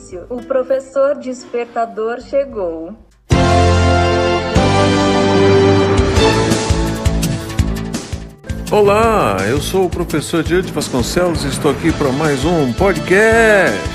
silêncio. O professor despertador chegou. Olá, eu sou o professor Diante Vasconcelos e estou aqui para mais um podcast.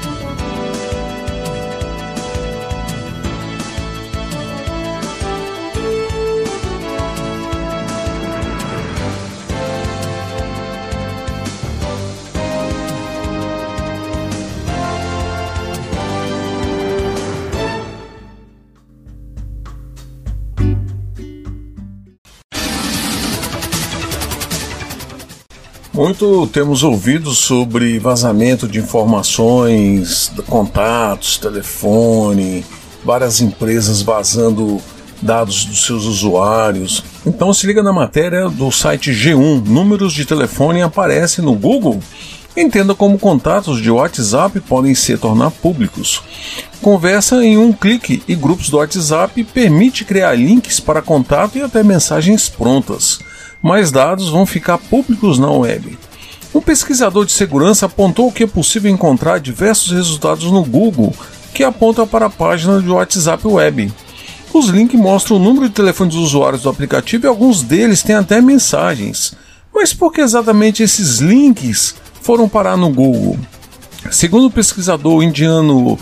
Muito temos ouvido sobre vazamento de informações, contatos, telefone, várias empresas vazando dados dos seus usuários. Então se liga na matéria do site G1, números de telefone aparecem no Google. Entenda como contatos de WhatsApp podem se tornar públicos. Conversa em um clique e grupos do WhatsApp permite criar links para contato e até mensagens prontas. Mais dados vão ficar públicos na web. Um pesquisador de segurança apontou que é possível encontrar diversos resultados no Google que apontam para a página do WhatsApp Web. Os links mostram o número de telefones dos usuários do aplicativo e alguns deles têm até mensagens. Mas por que exatamente esses links foram parar no Google? Segundo o pesquisador indiano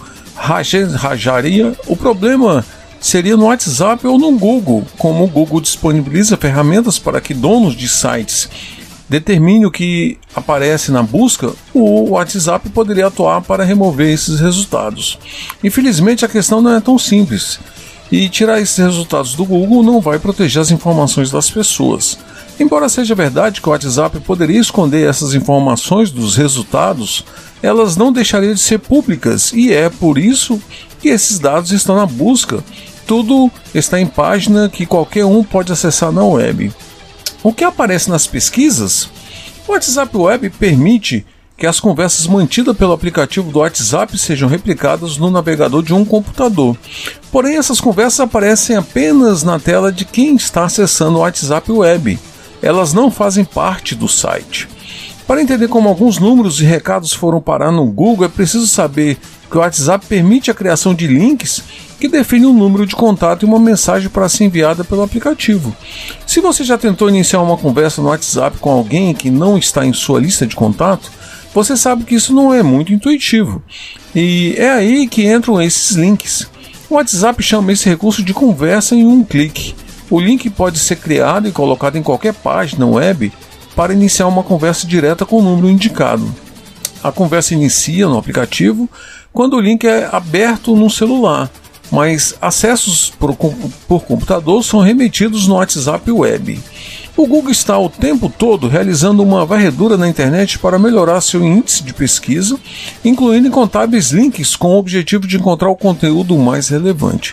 Rajaria, o problema seria no WhatsApp ou no Google, como o Google disponibiliza ferramentas para que donos de sites determinem o que aparece na busca, o WhatsApp poderia atuar para remover esses resultados. Infelizmente, a questão não é tão simples, e tirar esses resultados do Google não vai proteger as informações das pessoas. Embora seja verdade que o WhatsApp poderia esconder essas informações dos resultados, elas não deixariam de ser públicas, e é por isso que esses dados estão na busca. Tudo está em página que qualquer um pode acessar na web. O que aparece nas pesquisas? O WhatsApp Web permite que as conversas mantidas pelo aplicativo do WhatsApp sejam replicadas no navegador de um computador. Porém, essas conversas aparecem apenas na tela de quem está acessando o WhatsApp Web. Elas não fazem parte do site. Para entender como alguns números e recados foram parar no Google, é preciso saber que o WhatsApp permite a criação de links que definem um número de contato e uma mensagem para ser enviada pelo aplicativo. Se você já tentou iniciar uma conversa no WhatsApp com alguém que não está em sua lista de contato, você sabe que isso não é muito intuitivo. E é aí que entram esses links. O WhatsApp chama esse recurso de conversa em um clique. O link pode ser criado e colocado em qualquer página web para iniciar uma conversa direta com o número indicado. A conversa inicia no aplicativo quando o link é aberto no celular, mas acessos por computador são remetidos no WhatsApp Web. O Google está o tempo todo realizando uma varredura na internet para melhorar seu índice de pesquisa, incluindo incontáveis links com o objetivo de encontrar o conteúdo mais relevante.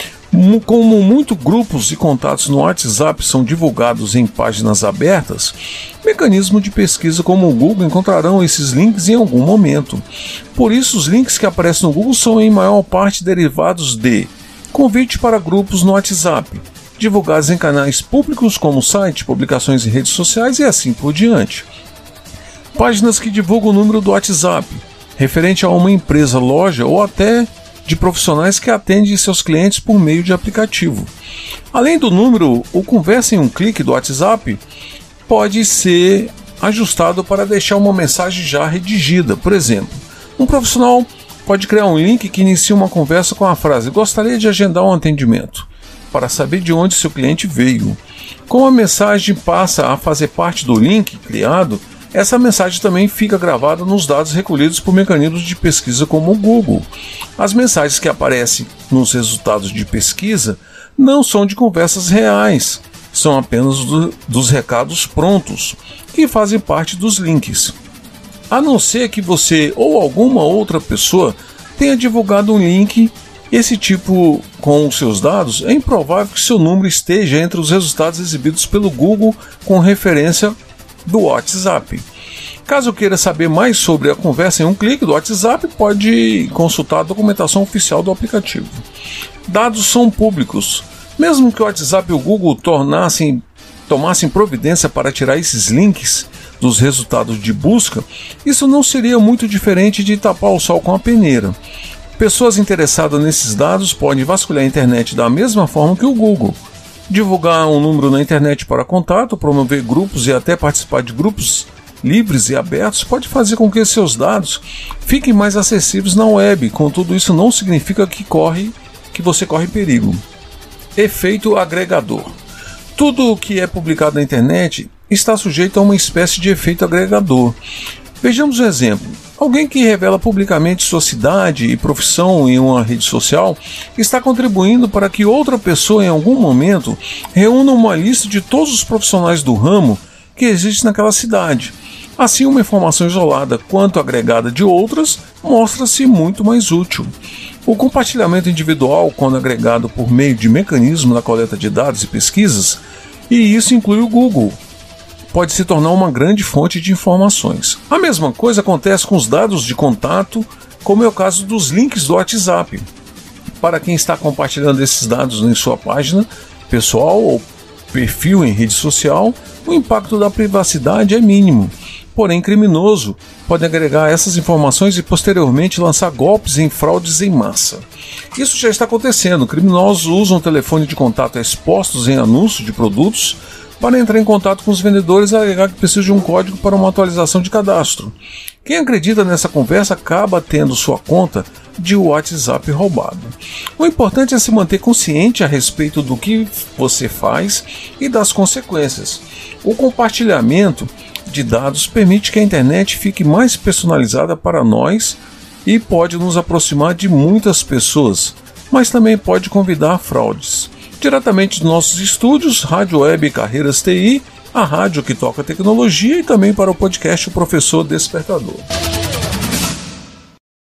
Como muitos grupos e contatos no WhatsApp são divulgados em páginas abertas, mecanismos de pesquisa como o Google encontrarão esses links em algum momento. Por isso, os links que aparecem no Google são em maior parte derivados de convite para grupos no WhatsApp, divulgados em canais públicos como site, publicações em redes sociais e assim por diante. Páginas que divulgam o número do WhatsApp, referente a uma empresa, loja ou até de profissionais que atendem seus clientes por meio de aplicativo. Além do número, o conversa em um clique do WhatsApp pode ser ajustado para deixar uma mensagem já redigida. Por exemplo, um profissional pode criar um link que inicia uma conversa com a frase: "Gostaria de agendar um atendimento", para saber de onde seu cliente veio. Como a mensagem passa a fazer parte do link criado, essa mensagem também fica gravada nos dados recolhidos por mecanismos de pesquisa como o Google. As mensagens que aparecem nos resultados de pesquisa não são de conversas reais, são apenas dos recados prontos, que fazem parte dos links. A não ser que você ou alguma outra pessoa tenha divulgado um link esse tipo com os seus dados, é improvável que seu número esteja entre os resultados exibidos pelo Google com referência do WhatsApp. Caso queira saber mais sobre a conversa em um clique do WhatsApp, pode consultar a documentação oficial do aplicativo. Dados são públicos. Mesmo que o WhatsApp e o Google tomassem providência para tirar esses links, dos resultados de busca, isso não seria muito diferente de tapar o sol com a peneira. Pessoas interessadas nesses dados podem vasculhar a internet da mesma forma que o Google, divulgar um número na internet para contato, promover grupos e até participar de grupos livres e abertos pode fazer com que seus dados fiquem mais acessíveis na web. Contudo, isso não significa que você corre perigo. Efeito agregador. Tudo o que é publicado na internet está sujeito a uma espécie de efeito agregador. Vejamos um exemplo. Alguém que revela publicamente sua cidade e profissão em uma rede social está contribuindo para que outra pessoa em algum momento reúna uma lista de todos os profissionais do ramo que existe naquela cidade. Assim, uma informação isolada quanto agregada de outras mostra-se muito mais útil. O compartilhamento individual, quando agregado por meio de mecanismos da coleta de dados e pesquisas, e isso inclui o Google, pode se tornar uma grande fonte de informações. A mesma coisa acontece com os dados de contato, como é o caso dos links do WhatsApp. Para quem está compartilhando esses dados em sua página pessoal ou perfil em rede social, o impacto da privacidade é mínimo. Porém, criminoso pode agregar essas informações e posteriormente lançar golpes em fraudes em massa. Isso já está acontecendo. Criminosos usam o telefone de contato expostos em anúncios de produtos para entrar em contato com os vendedores e alegar que precisa de um código para uma atualização de cadastro. Quem acredita nessa conversa acaba tendo sua conta de WhatsApp roubado. O importante é se manter consciente a respeito do que você faz e das consequências. O compartilhamento de dados permite que a internet fique mais personalizada para nós e pode nos aproximar de muitas pessoas, mas também pode convidar a fraudes. Diretamente dos nossos estúdios, Rádio Web Carreiras TI, a rádio que toca tecnologia, e também para o podcast O Professor Despertador.